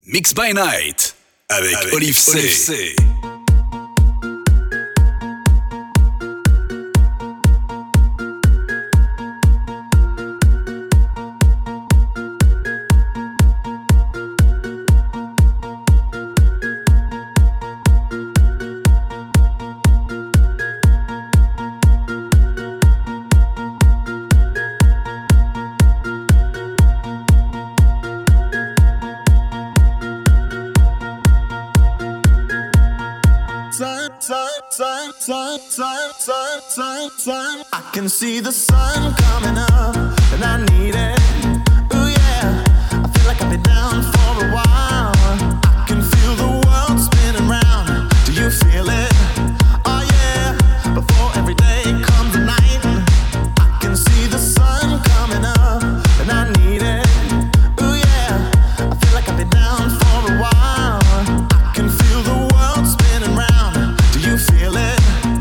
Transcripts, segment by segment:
Mix by Night avec Olive C. I can see the sun coming up, and I need it. Ooh yeah, I feel like I've been down for a while. I can feel the world spinning round. Do you feel it? Oh yeah, before every day comes a night. I can see the sun coming up, and I need it. Ooh yeah, I feel like I've been down for a while. I can feel the world spinning round. Do you feel it?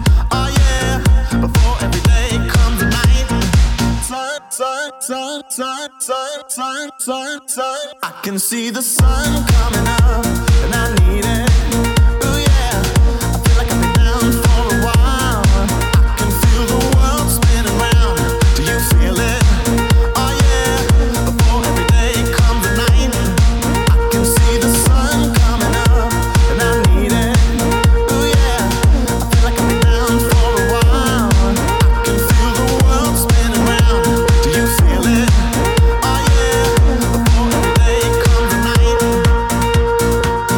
Sun. I can see the sun coming up, and I need it. Ooh yeah, I feel like I've been down for a while. I can feel the world spinning round. Do you feel it? Oh yeah, before every day comes a night. I can see the sun coming up, and I need it. Ooh yeah, I feel like I've been down for a while. I can feel the world spinning round. Do you feel it? Oh yeah.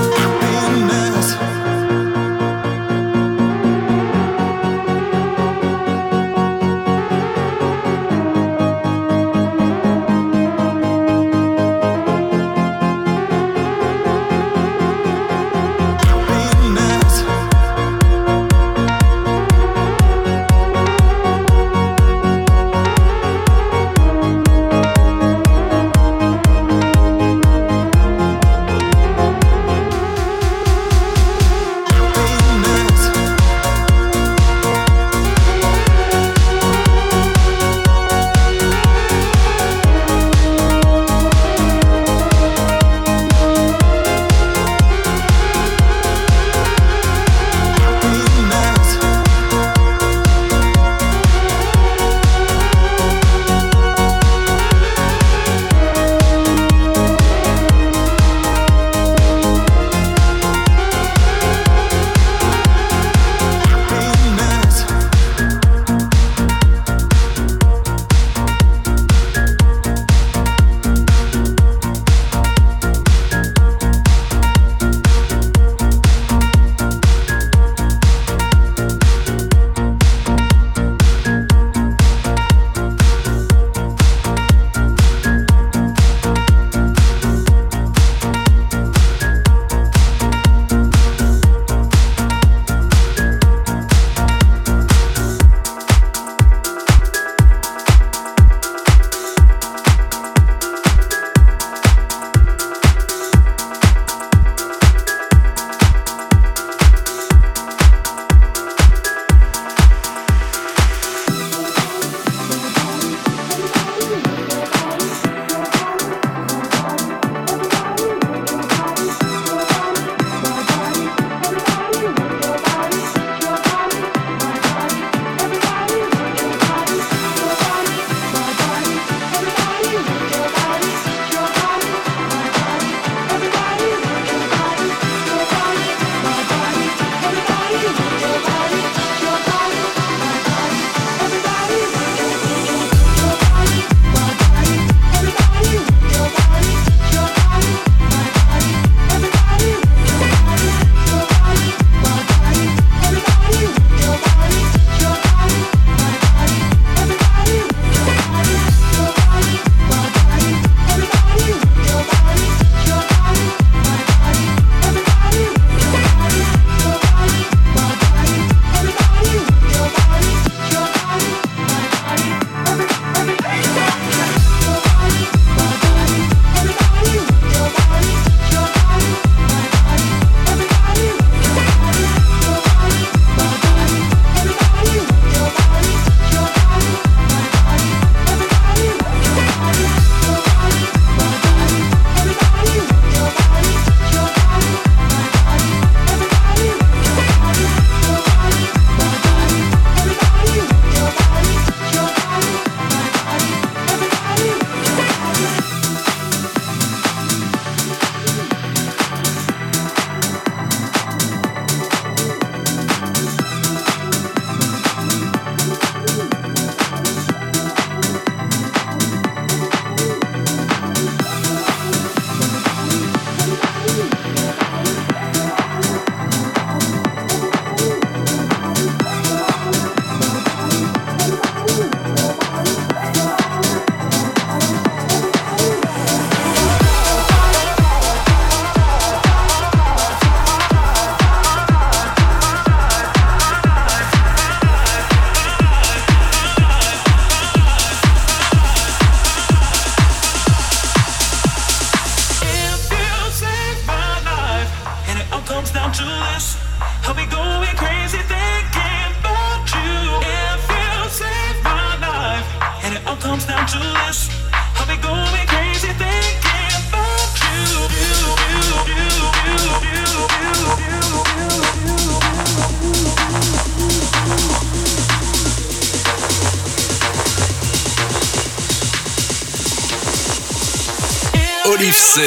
C.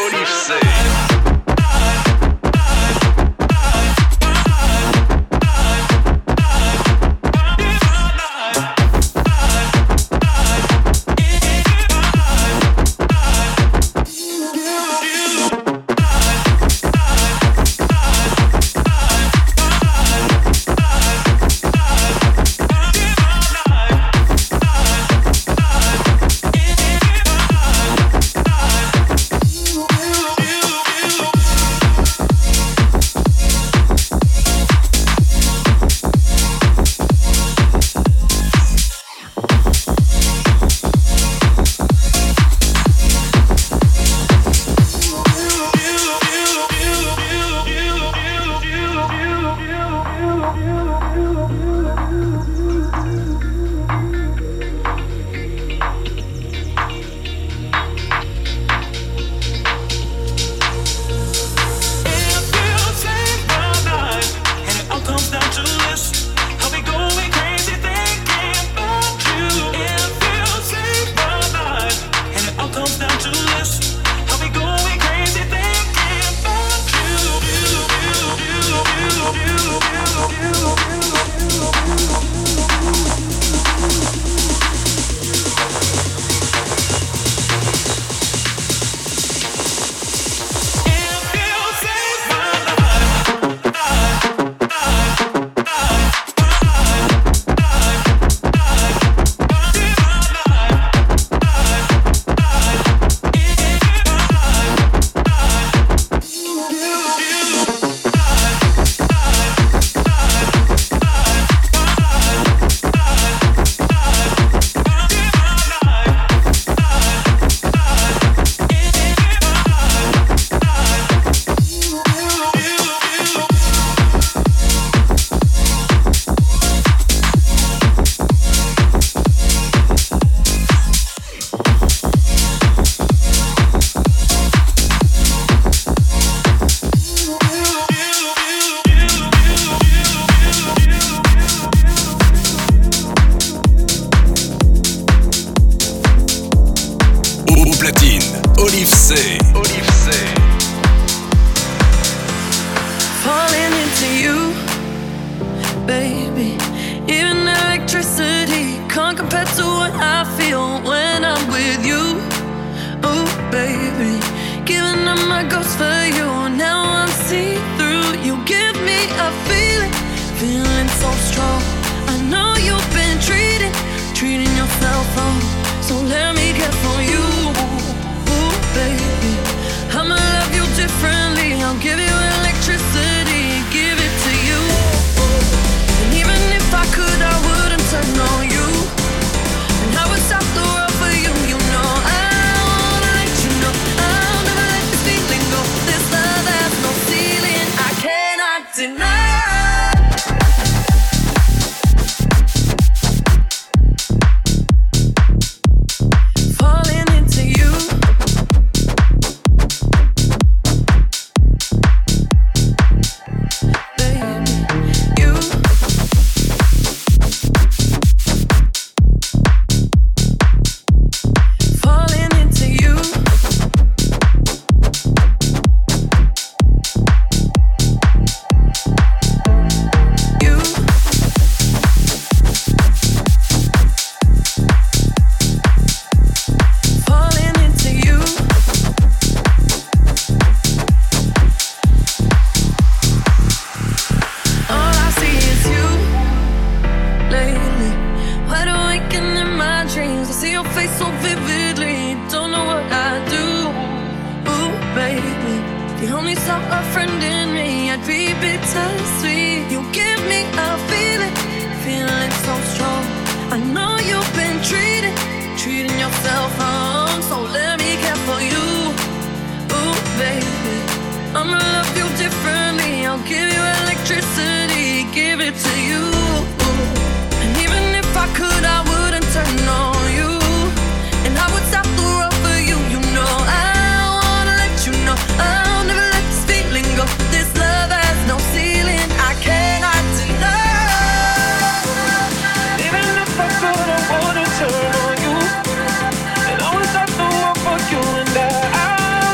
Falling into you, baby. Even electricity can't compare to what I feel when I'm with you. Oh, baby, giving up my ghost for you. Now I'm see-through. You give me a feeling so strong. I know you've been treating yourself wrong. So let me care for you, ooh, baby. I'ma love you differently. I'll give you electricity, give it to you. And even if I could, I wouldn't turn on you. And I would stop the world for you, you know. I wanna let you know I'll never let this feeling go. This love has no ceiling, I cannot deny. Turn on you, and I was at the one for you and I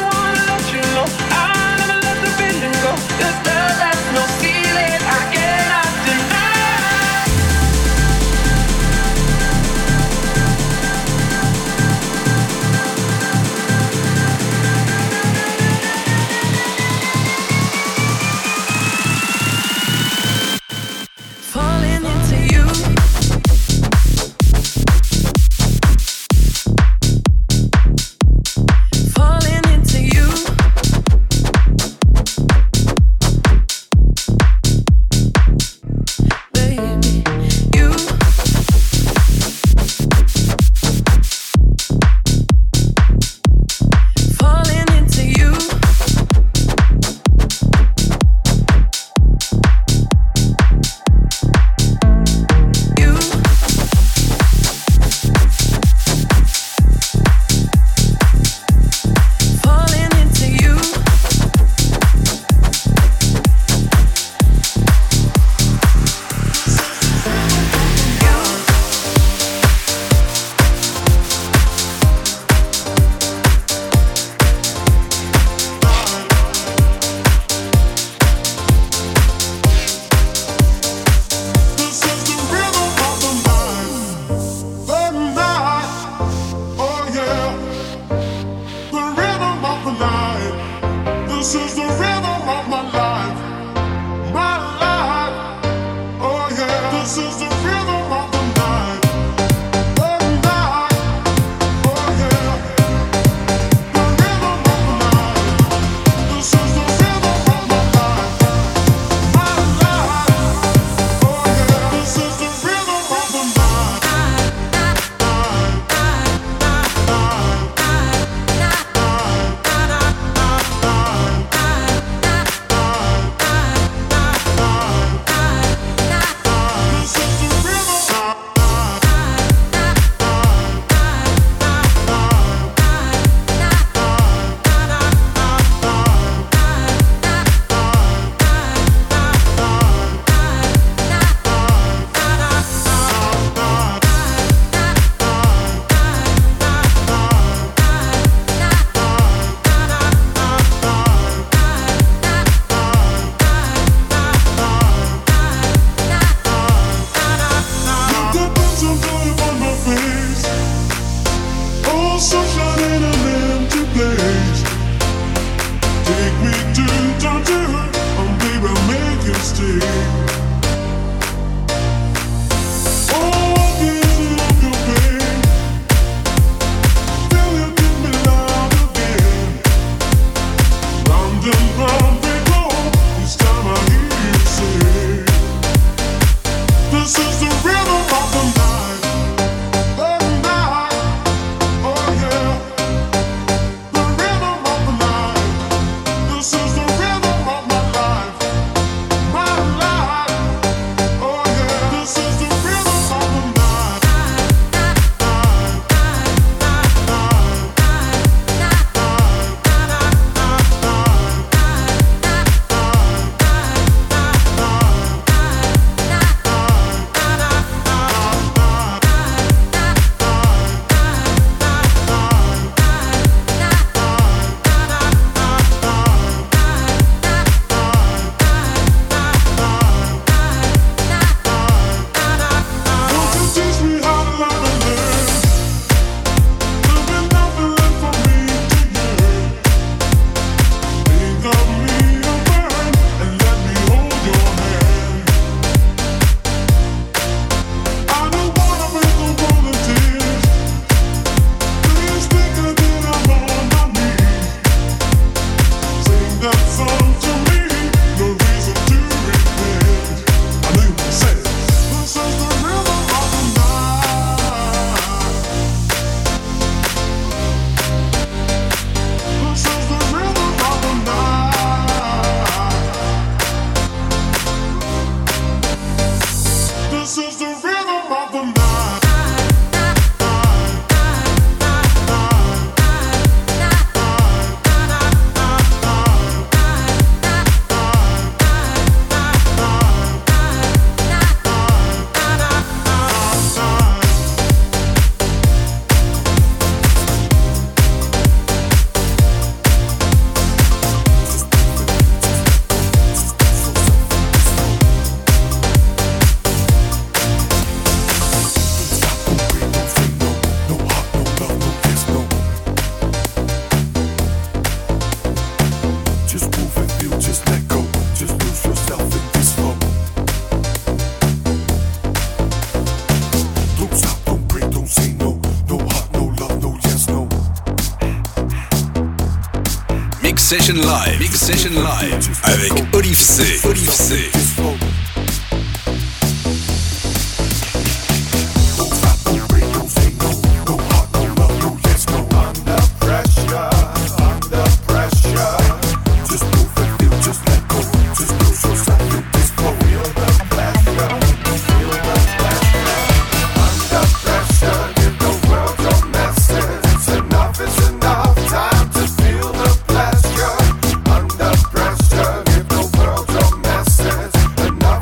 Session Live avec Olive C. Enough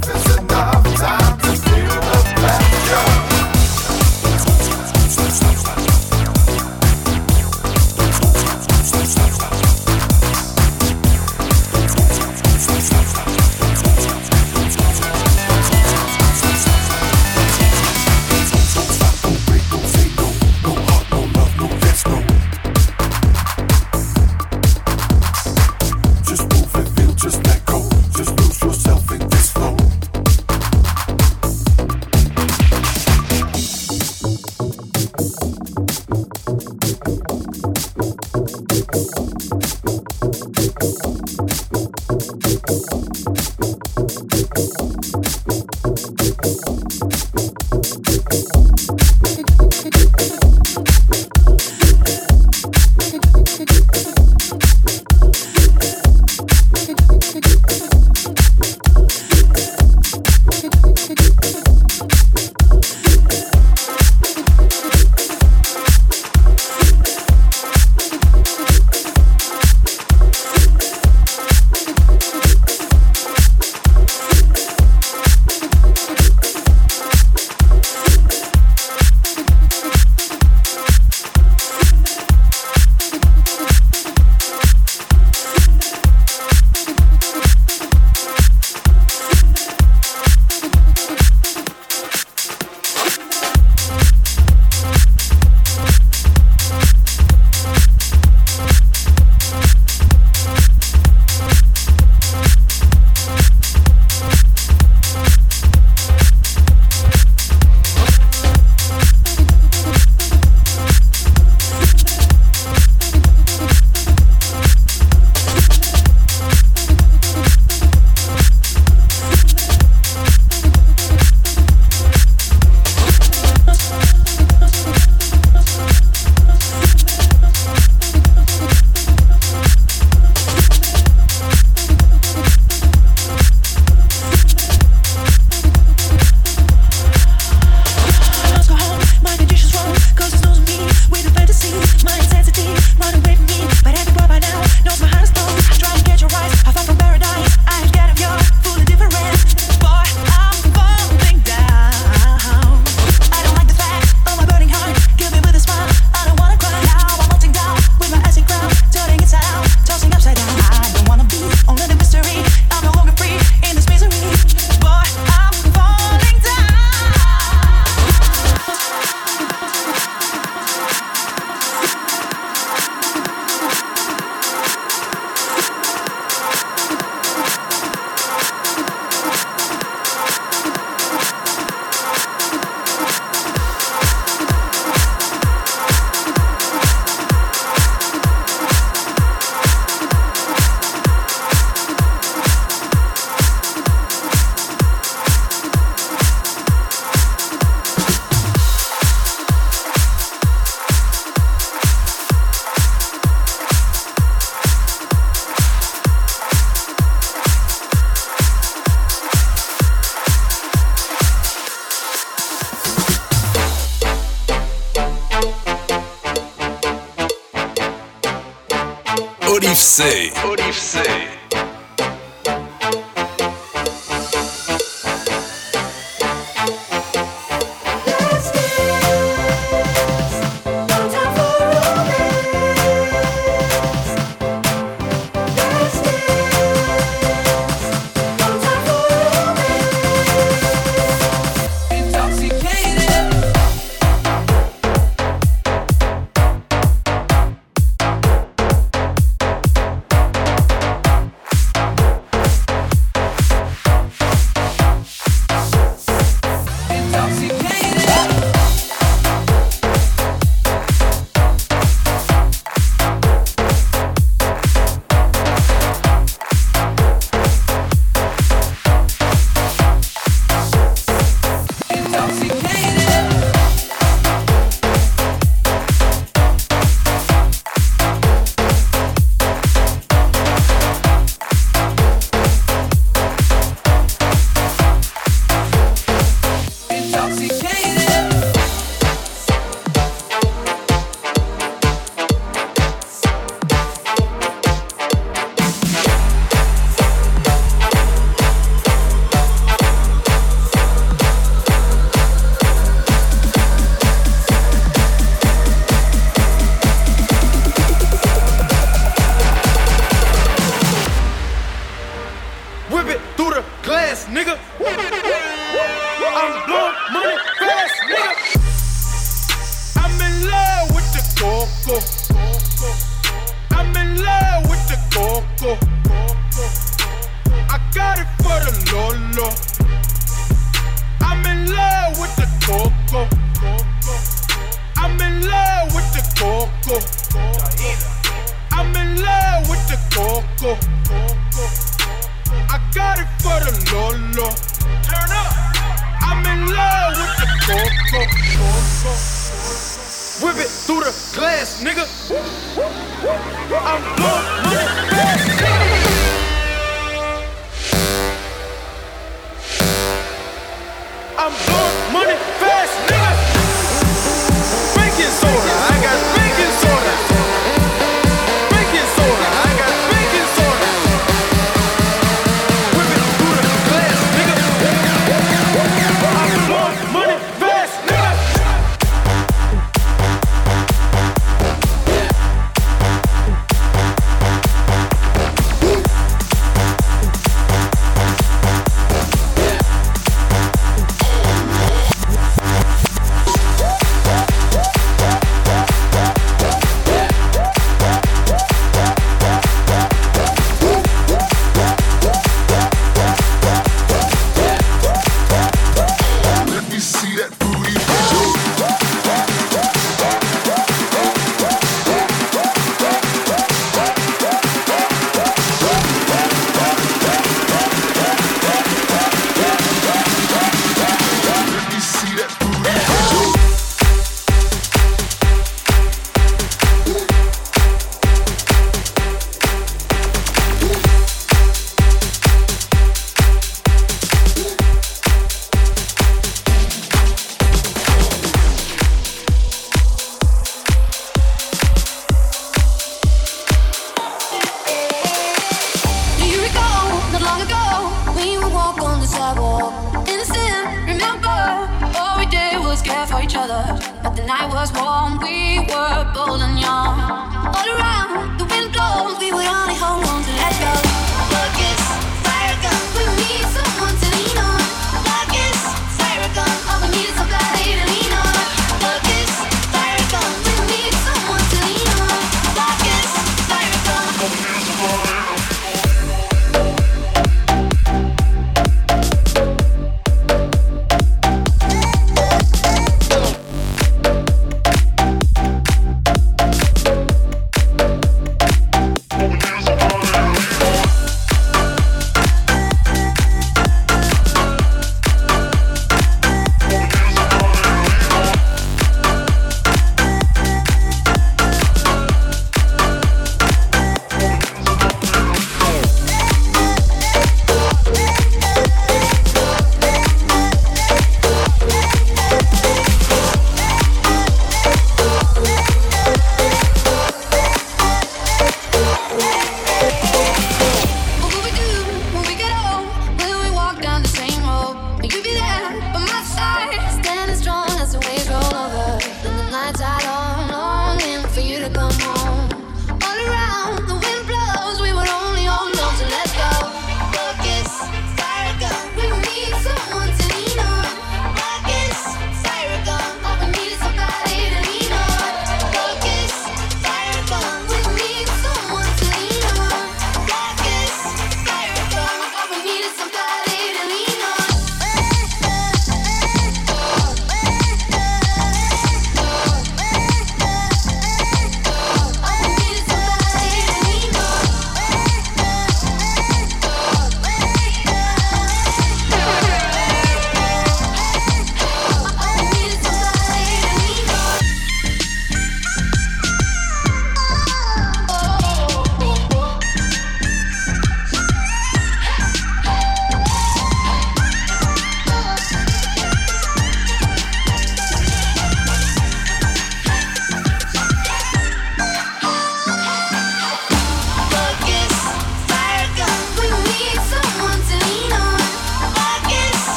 C. Olive C.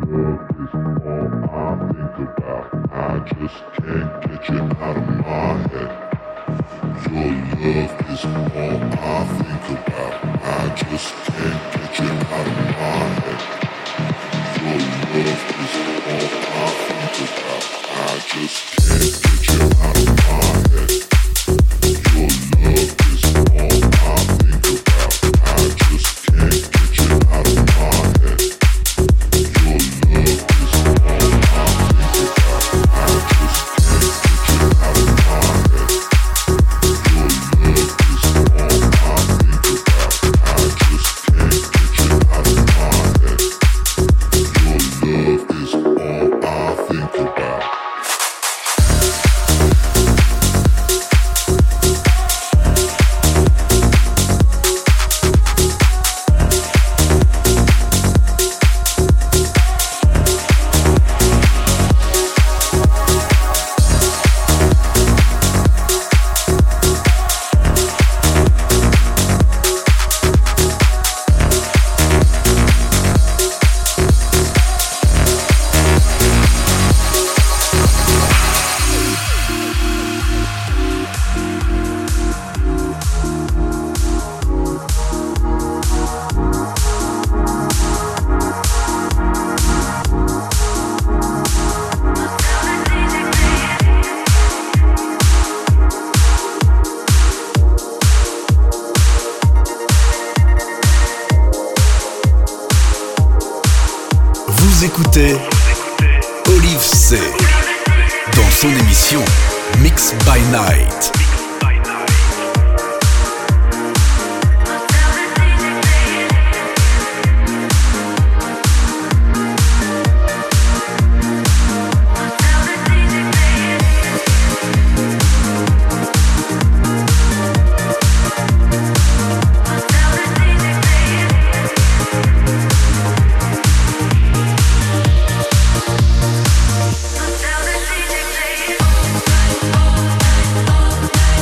Écoutez Olive C dans son émission Mix by Night. All night.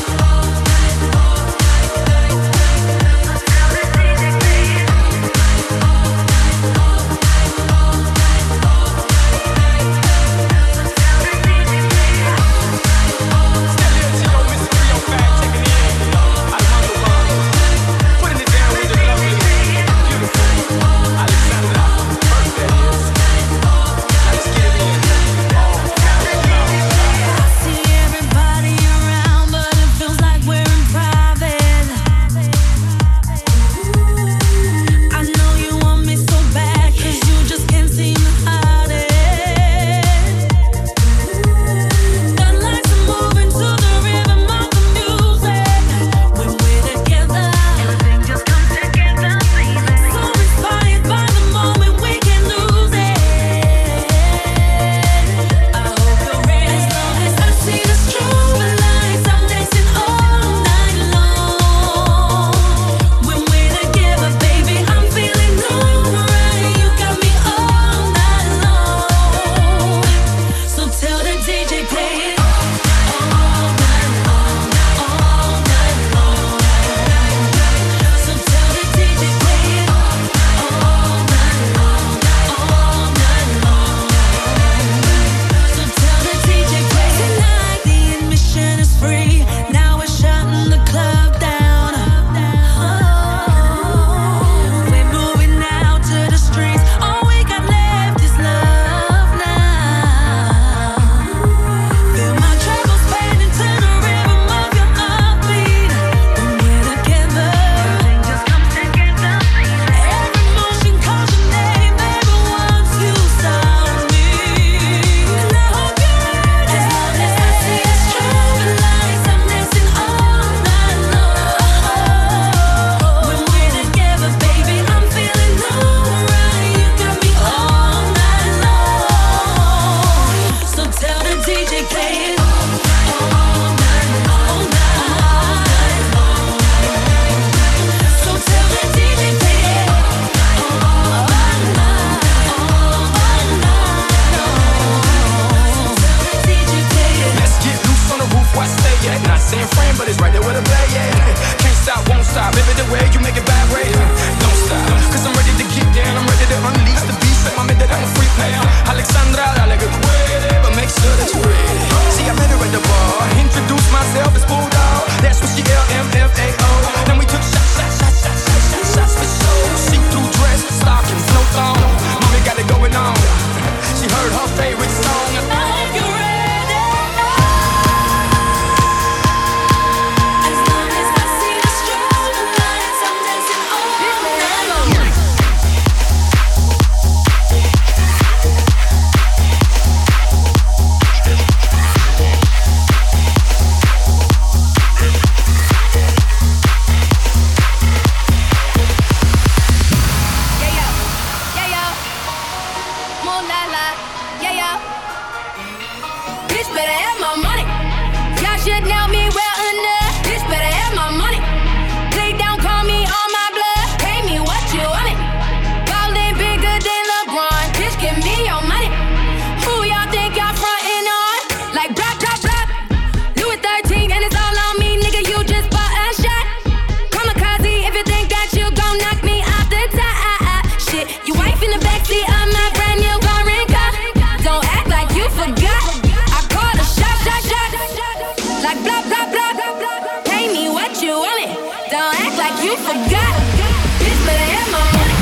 Moon la la, yeah yeah. Bitch better have my money. Y'all should know me well enough. Bitch better have my money. Play down, call me on my blood. Pay me what you want it. Ballin' bigger than LeBron. Bitch, give me your money. Who y'all think y'all frontin' on? Like blah blah blah. Louis 13 and it's all on me, nigga. You just bought a shot. Kamikaze if you think that you gon' knock me off the top. Shit, you wife in the backseat of my brand new foreign car. Don't act like you forgot. I called a shot. Like blah blah blah. Pay me what you want it. Don't act like you forgot. Bitch better have my money.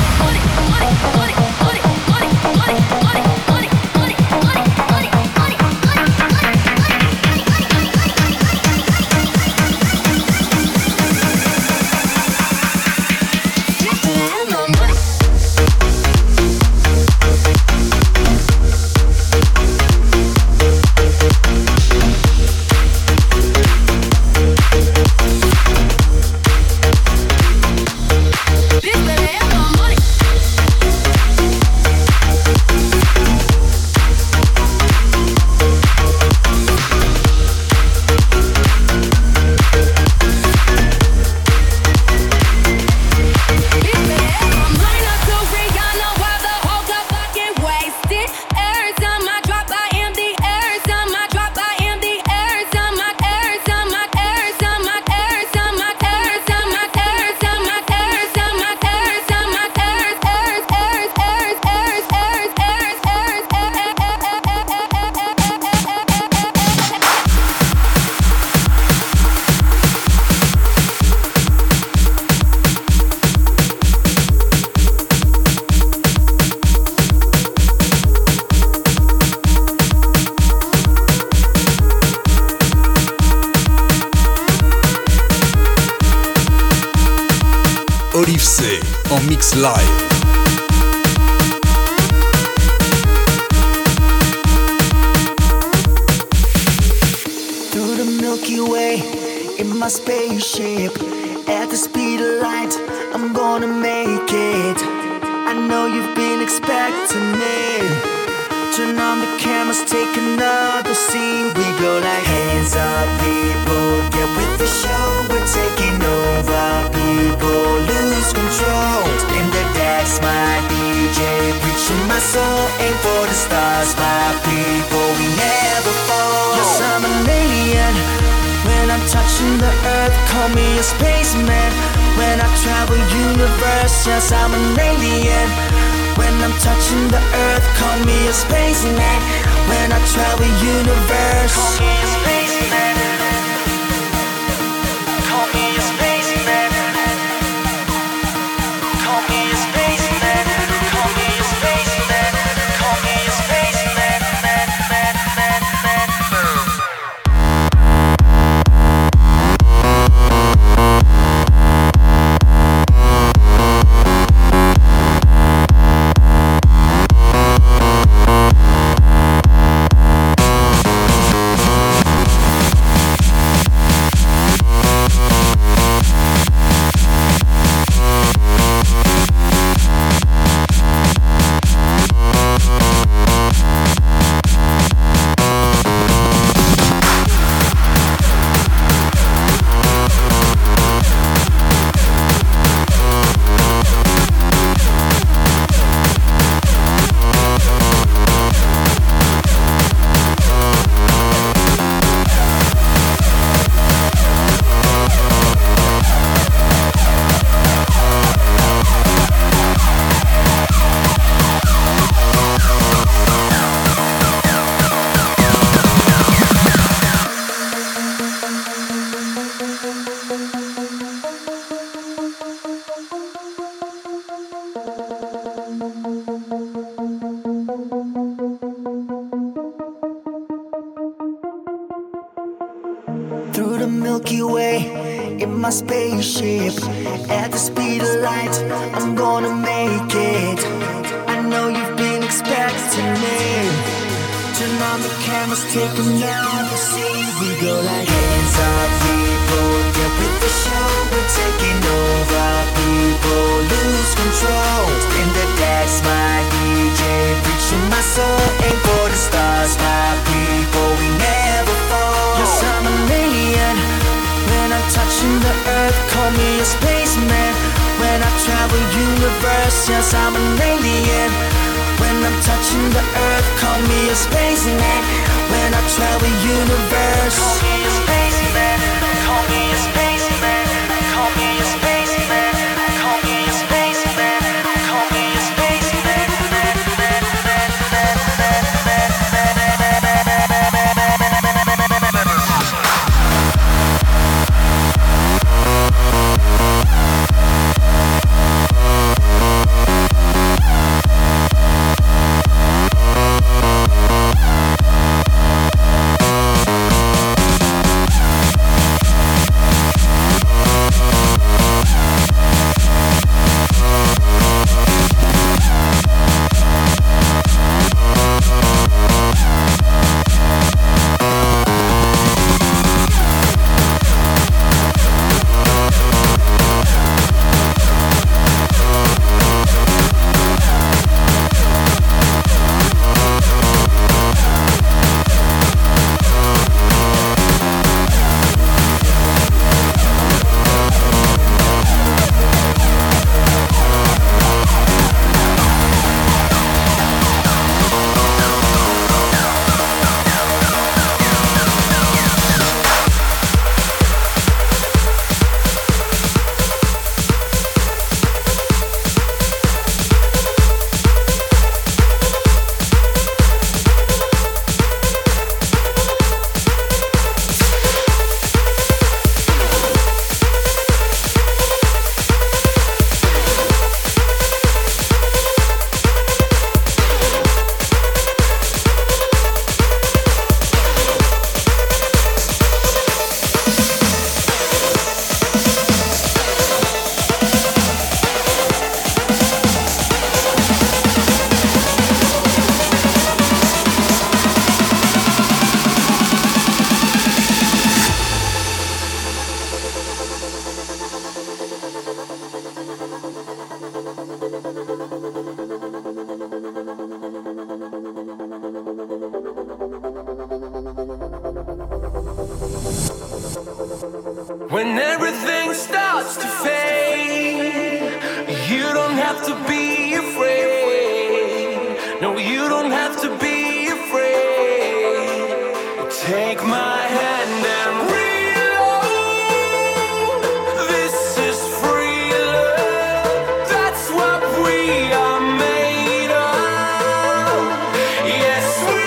Olive C en mix live. Through the Milky Way, in my spaceship, at the speed of light, I'm gonna make it. I know you've been expecting me. Turn on the cameras, take another scene. We go like hands up, people, get with the show. We're taking over, people lose control. Spin the decks, my DJ, preaching my soul. Aim for the stars, my people, we never fall. Yes, I'm an alien. When I'm touching the earth, call me a spaceman. When I travel universe, yes, I'm an alien. When I'm touching the earth, call me a spaceman. When I travel universe, call me a spaceman. Call me a spaceman. Call me a spaceman. Call me a spaceman. Call me a spaceman. Through the Milky Way, in my spaceship, at the speed of light, I'm gonna make it. I know you've been expecting me. Turn on the cameras, take another scene. We go like hands up, people, get with the show. We're taking over, people lose control. Spin the decks, my DJ, preaching my universe. Yes, I'm an alien. When I'm touching the earth, call me a spaceman. When I travel the universe, call me a spaceman. Call me a spaceman. Call me a spaceman. Call me a spaceman. Call me a spaceman. When everything starts to fade, you don't have to be afraid. No, you don't have to be afraid. Take my hand and reload. This is free love. That's what we are made of. Yes, we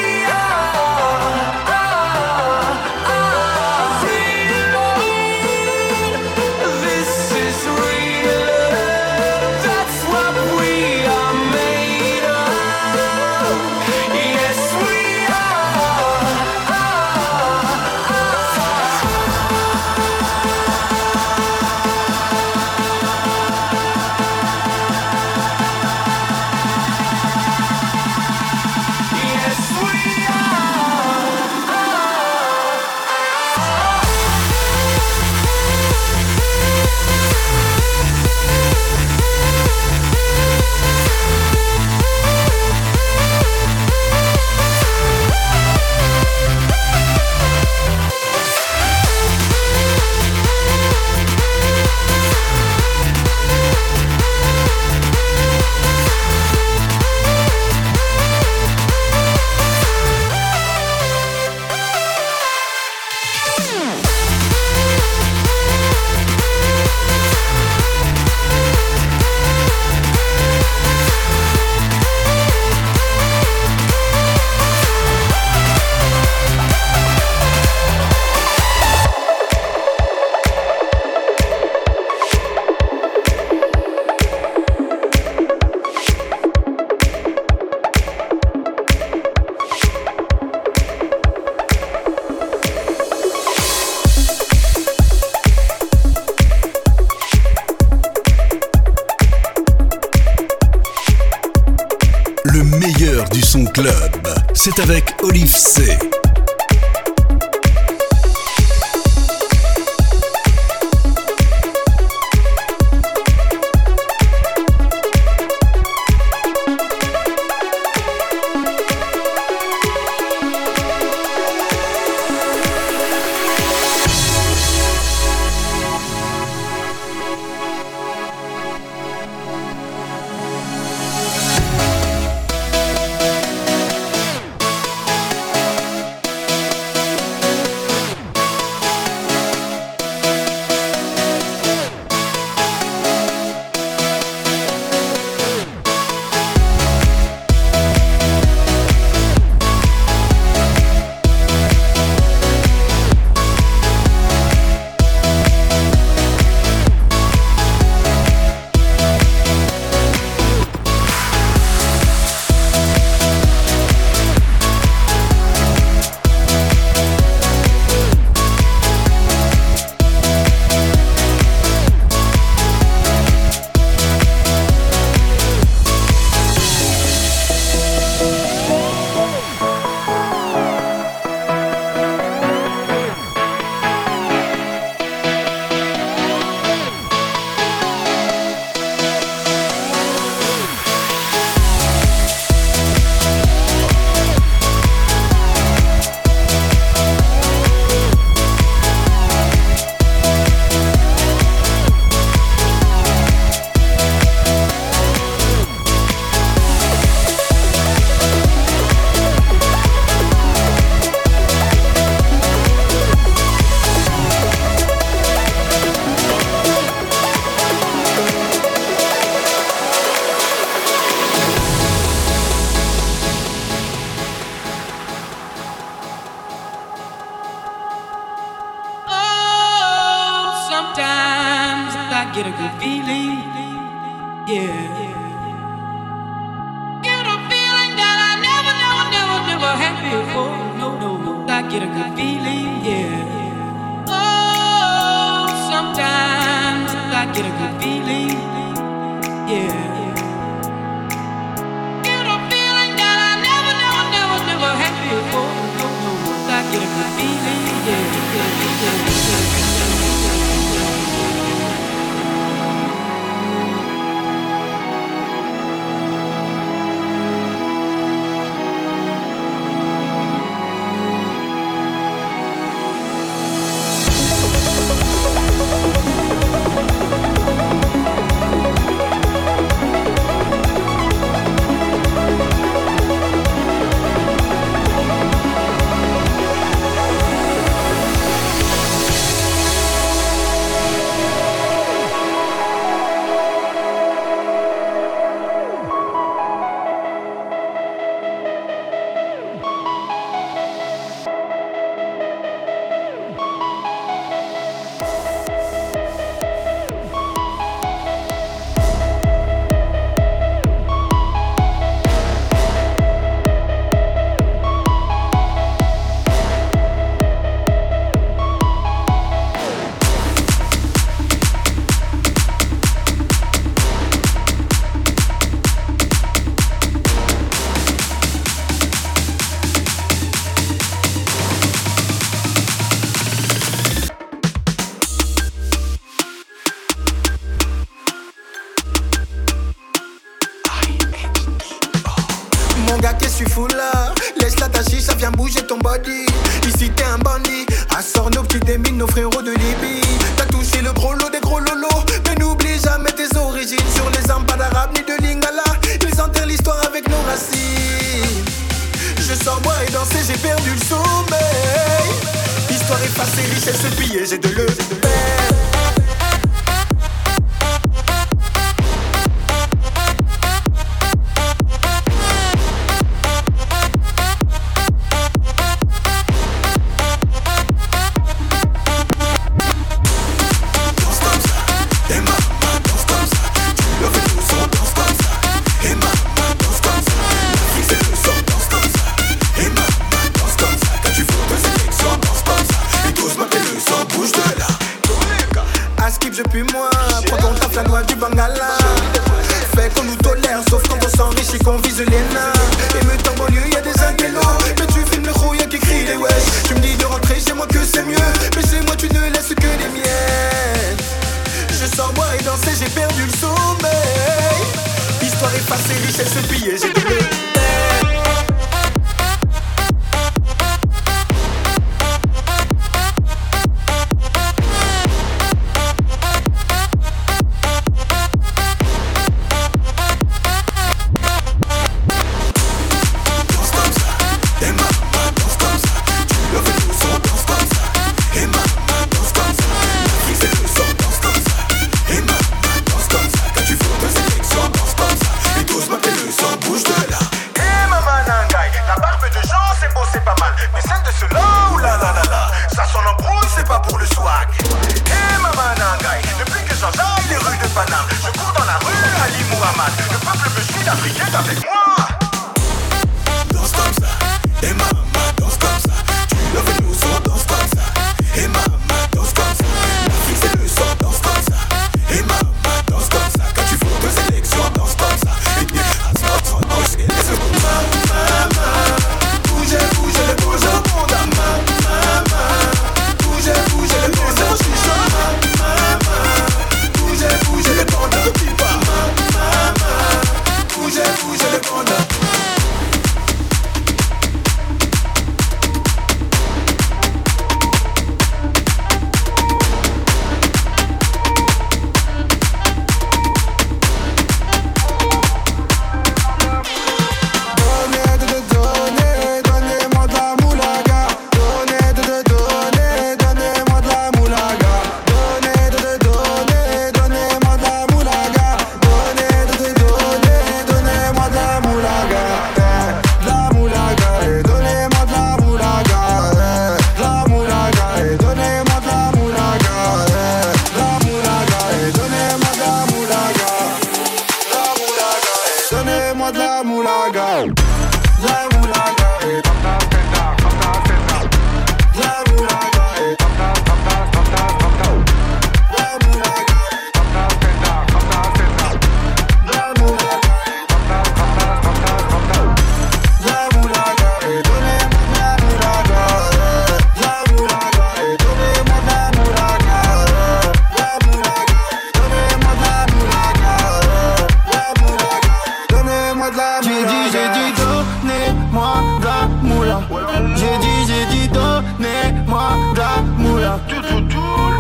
Club, c'est avec Olive C. get a good feeling, yeah. Get a feeling that I never had before. No, I get a good feeling, yeah. Oh, sometimes I get a good feeling, yeah. Get a feeling that I never had before. No, I get a good feeling, yeah. Mon gars, qu'est-ce que tu fous là? Laisse-la ta chiche, ça vient bouger ton body. Ici t'es un bandit, assort nos petits démines, nos frérots de Libye. T'as touché le gros lot des gros lolos, mais n'oublie jamais tes origines. Sur les armes, pas d'arabe ni de lingala. Ils enterrent l'histoire avec nos racines. Je sors boire et danser, j'ai perdu le sommeil. Histoire effacée, richesse pillée, j'ai de le faire. Bouge de là.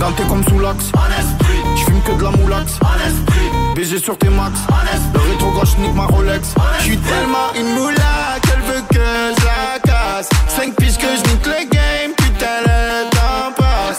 denté comme sous l'axe. J'fume que de la moulax. BG sur tes max. Le rétro gauche nique ma Rolex. J'suis tellement une moula qu'elle veut que je la casse. 5 piges que je nique le game, putain le temps passe.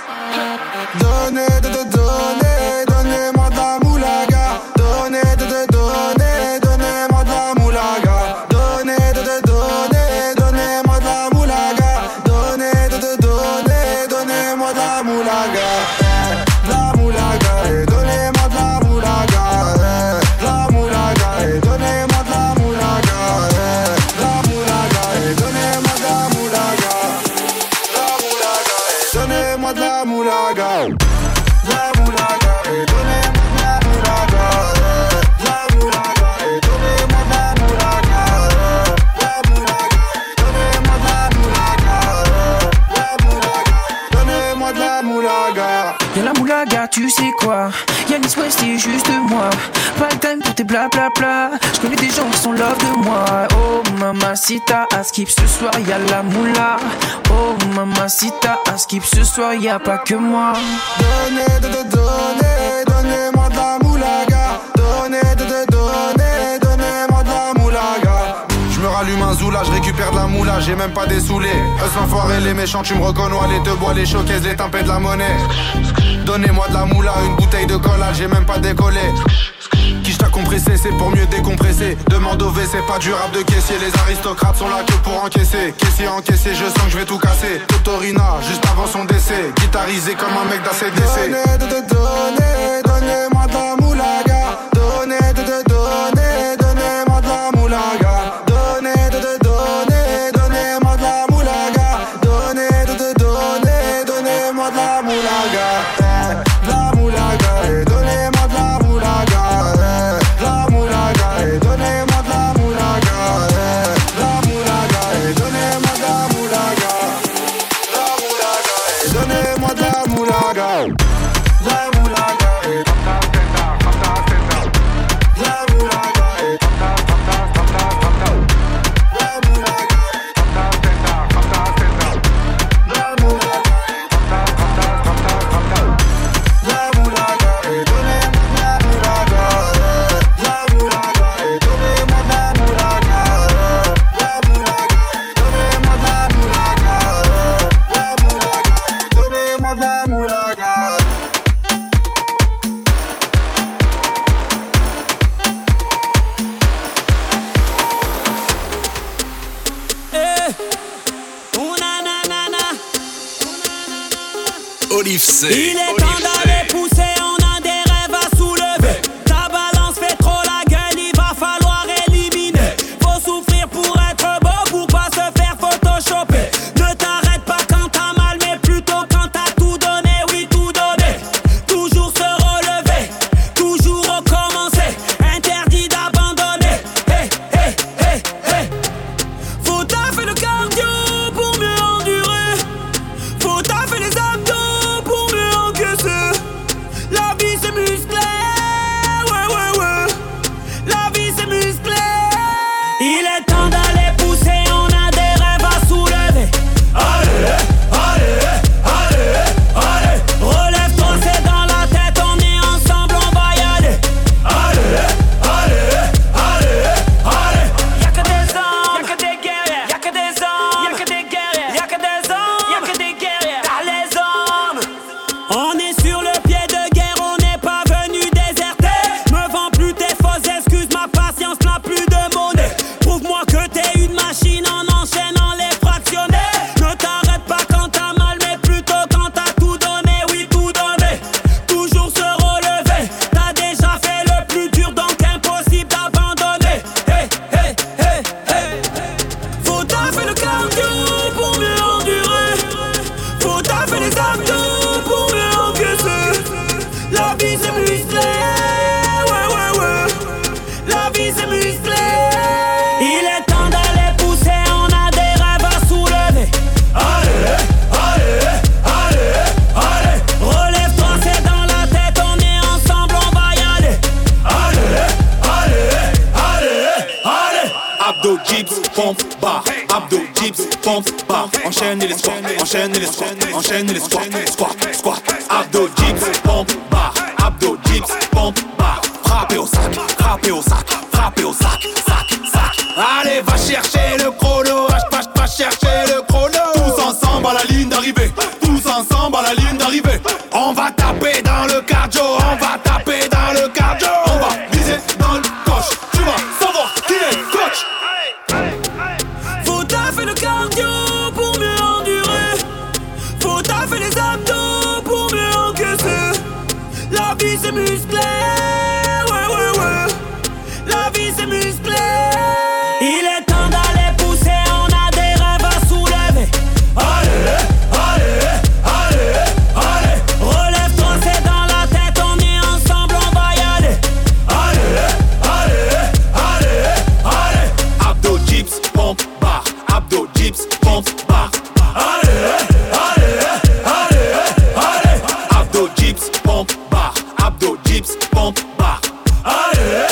Donnez-moi de la moulaga. Donnez-moi de la moulaga. Donnez-moi de la moulaga. Donnez-moi de la moulaga. La moulaga, donnez-moi de la moulaga. La moulaga, donnez-moi de la moulaga. La moulaga, donnez-moi de la moulaga. La moulaga, donnez-moi de la moulaga. La moulaga, donnez-moi de la moulaga. La moulaga, donnez-moi de la moulaga. La moulaga, donnez-moi de la moulaga. La moulaga, donnez-moi de la moulaga. Y'a la moulaga, tu sais quoi? Y'a Miss West et juste moi. Pas le time pour tes blablabla. J'connais des gens qui sont love de moi. Oh mamacita, à skip ce soir y'a la moula. Oh mamacita, à skip ce soir y'a pas que moi. Donnez-moi de la moulaga. Donnez-moi de la moulaga. J'me rallume un zoula, j'récupère de la moula, j'ai même pas des saoulés. Eux l'enfoiré, les méchants, tu me reconnais, les te bois, les showcases, les tempêtes de la monnaie. Donnez-moi de la moula, une bouteille de cola, j'ai même pas décollé. Qui t'a compressé, c'est pour mieux décompresser. Demande au V, c'est pas du rap de caissier. Les aristocrates sont là que pour encaisser. Caissier encaissé, je sens que je vais tout casser. Totorina, juste avant son décès. Guitarisé comme un mec d'ACDC. Donnez-moi de la moulaga. Donnez-moi de la moulaga. Donnez-moi de la moulaga. Donnez-moi de la moulaga. La moulaga, donnez-moi de la moulaga. La moulaga, donnez-moi de la moulaga. La moulaga, donnez-moi de la moulaga. La moulaga, donnez-moi de la moulaga. La moulaga, Olive C. Il est temps d'aller pousser, on a des rêves à soulever. Ta balance fait trop la gueule, il va falloir éliminer. Faut souffrir pour être beau, pour pas se faire photoshopper. Ne t'arrête pas quand t'as mal, mais plutôt quand t'as tout donné, oui tout donné. Toujours se relever, toujours recommencer. Interdit d'abandonner. Hey, hey, hey, hey. Faut taffer le cardio pour mieux endurer. Faut taffer les abdos pour mieux encaisser. abdos, dips, pompe, barre. Enchaîne les squats, enchaîne les squats, enchaîne les squats, squat, abdos, dips, pompe, barre. Abdos, dips, pompe, barre. Frappez au sac, frappez au sac, frappez au sac, sac. Allez, va chercher le chrono, va chercher le chrono. Tous ensemble à la ligne d'arrivée, tous ensemble à la ligne d'arrivée. On va taper dans le cardio, on va taper dans le cardio. On va viser dans le coche, tu vas savoir qui est le coach. Faut taffer le cardio pour mieux endurer. Faut taffer les abdos pour mieux encaisser. La vie c'est musclé, ouais. La vie c'est musclé. Il est temps d'aller pousser, on a des rêves à soulever. Allez. Relève-toi, c'est dans la tête, on est ensemble, on va y aller. Allez. Abdos, dips, pompe, barre. Abdos, dips, pompe, barre. Allez. Abdos, dips, pompe, barre. Abdos, dips, pompe, barre. Allez.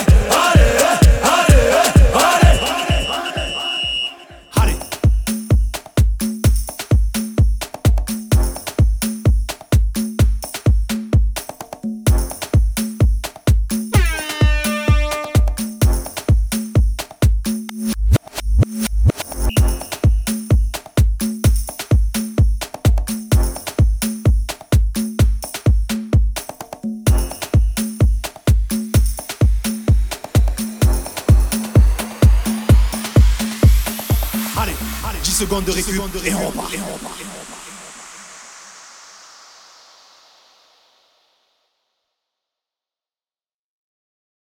Allez, 10 secondes de récup et on repart.